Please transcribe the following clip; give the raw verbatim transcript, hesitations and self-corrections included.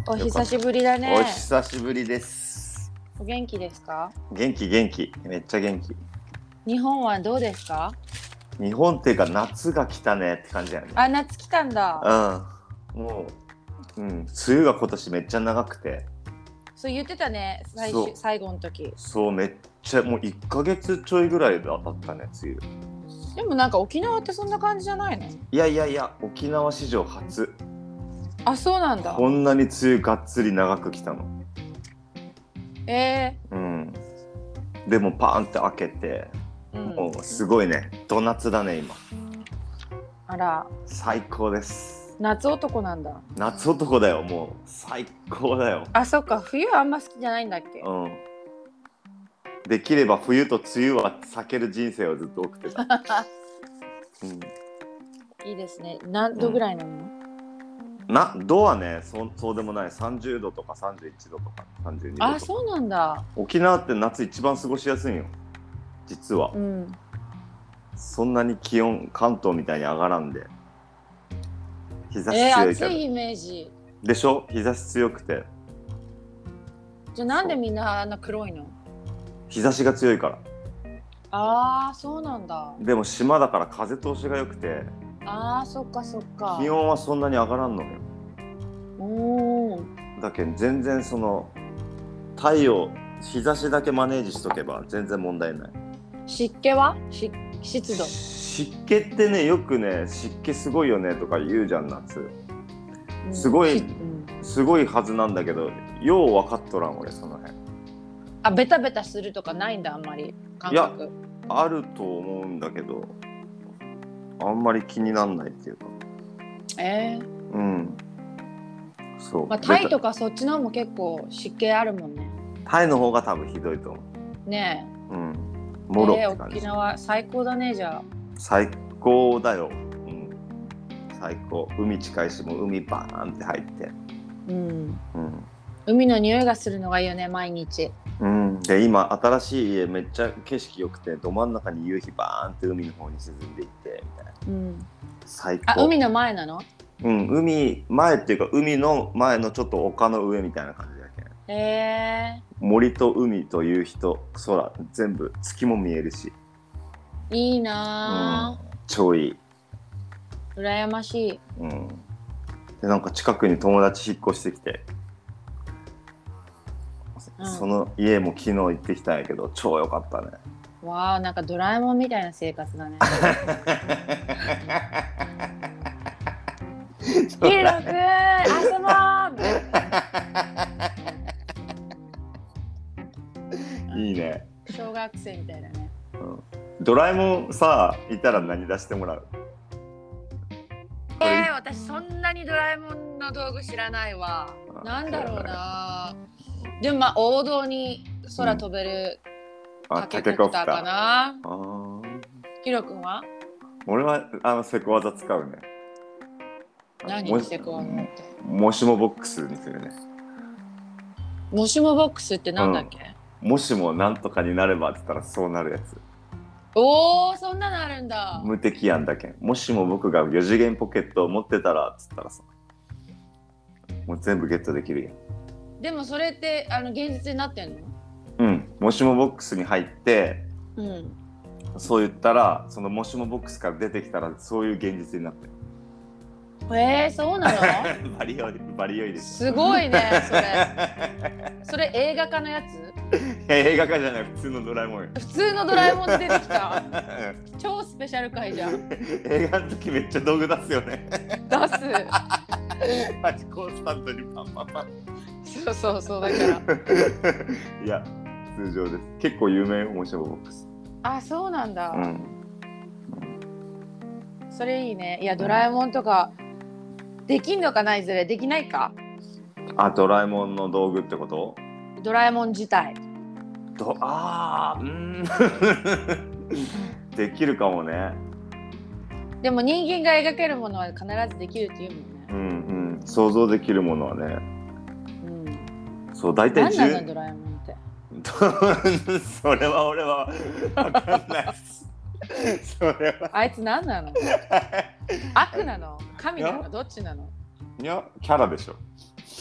お久しぶりだね。 お久しぶりです。 お元気ですか？ 元気元気、めっちゃ元気。 日本はどうですか？ 日本っていうか夏が来たねって感じだよね。 あ、夏来たんだ。 うん。もう、うん、梅雨が今年めっちゃ長くて。 そう言ってたね、最そう終最後の時。 そう、めっちゃもういっかげつちょいぐらいで当たったね、梅雨。 でもなんか沖縄ってそんな感じじゃないの？ いやいやいや、沖縄史上初。 あ、そうなんだ。 こんなに梅雨がっつり長く来たの。 えうん。でもパーンって開けて、 ー、うん、 もうすごいね、ど夏だね今。 あら、 最高です。 夏男なんだ。 夏男だよ、もう最高だよ。 あ、そっか、冬あんま好きじゃないんだっけ？ うん。できれば冬と梅雨は避ける人生をずっと送ってた。 うん、いいですね。何度ぐらいなの？うん、 な、度はね、そ、そうでもない。さんじゅうどとかさんじゅういちどとかさんじゅうにどとか。 あ、そうなんだ。 沖縄って夏一番過ごしやすいんよ。実は。 うん。 そんなに気温、関東みたいに上がらんで。日差しえー、 強いから。 暑いイメージ。 でしょ？日差し強くて。 じゃあなんでみんなあんな黒いの？ 日差しが強いから。 ああ、そうなんだ。 でも島だから風通しが良くて、 ああ、そっかそっか。 気温はそんなに上がらんのよ。 おー。 だけど全然その太陽、日差しだけマネージしとけば全然問題ない。 湿気は？し湿度。 湿気ってね、よくね、湿気すごいよねとか言うじゃん、夏。 うん、 すごい、 うん、 すごいはずなんだけど、よう分かっとらん俺その辺。 あ、ベタベタするとかないんだ、あんまり感覚。 いや、あると思うんだけど、あんまり気になんないっていうか。 えー、 うん。そう。 まあ、タイとかそっちの方も結構湿気あるもんね。 タイの方が多分ひどいと思う。 ねうん。 え。 もろってえー、 感じ。 沖縄最高だね、じゃあ。 最高だよ。うん。最高。海近いし、もう海バーンって入って。 うん。 うん。 海の匂いがするのがいいよね、毎日。 うん、で今新しい家めっちゃ景色良くて、ど真ん中に夕日バーンって海の方に沈んでいってみたいな、 うん、 最高。 あ、海の前なの？ うん、海前っていうか海の前のちょっと丘の上みたいな感じだけど、 えー、 森と海と夕日と空全部月も見えるし、 いいなぁ、 うん、超いい。 羨ましい。 うん、でなんか近くに友達引っ越してきて、うん、その家も昨日行ってきたんやけど超良かったね。 わあ、なんかドラえもんみたいな生活だね。ヒロくん、遊ぼう。 いいね。 小学生みたいだね。 うん、ドラえもんさ、いたら何出してもらう？ えー、私そんなにドラえもんの道具知らないわ。なんだろうな。でもまあ王道に空飛べるタケコプターかな。ヒロくんは？ 俺はあのセコ技使うね。 何セコ技って？ もしもボックスにするね。 もしもボックスってなんだっけ？ うん、もしもなんとかになればって言ったらそうなるやつ。 おー、そんなのあるんだ。 無敵やんだけん。もしも僕がよ次元ポケットを持ってたらっつったらさ、もう全部ゲットできるやん。 でもそれってあの現実になってんの？ うん、もしもボックスに入って、 うん、 そう言ったらそのもしもボックスから出てきたらそういう現実になってる。 えー、そうなの？ バリ良い、バリ良いです。 すごいね、それ。それ映画化のやつ？ 映画化じゃない、普通のドラえもんよ。 普通のドラえもんで出てきた。超スペシャル回じゃん。 映画の時めっちゃ道具出すよね。 出す。 マジコンスタントにパンパンパン。 そうそうそう、だから。 いや、通常です。結構有名よ、もしもボックス。 あ、そうなんだ。 うん、 それいいね。いや、ドラえもんとか、できんのかな、いずれ。できないか？ あ、ドラえもんの道具ってこと？ ドラえもん自体。 どあー、うーん。できるかもね。 でも人間が描けるものは必ずできるっていうもんね。 うんうん、想像できるものはね。 うん。 そう、大体何なのドラえもんって。 それは俺は分かんないです。それはあいつ何なの？悪なの？神なの？どっちなの？ いや、キャラでしょ。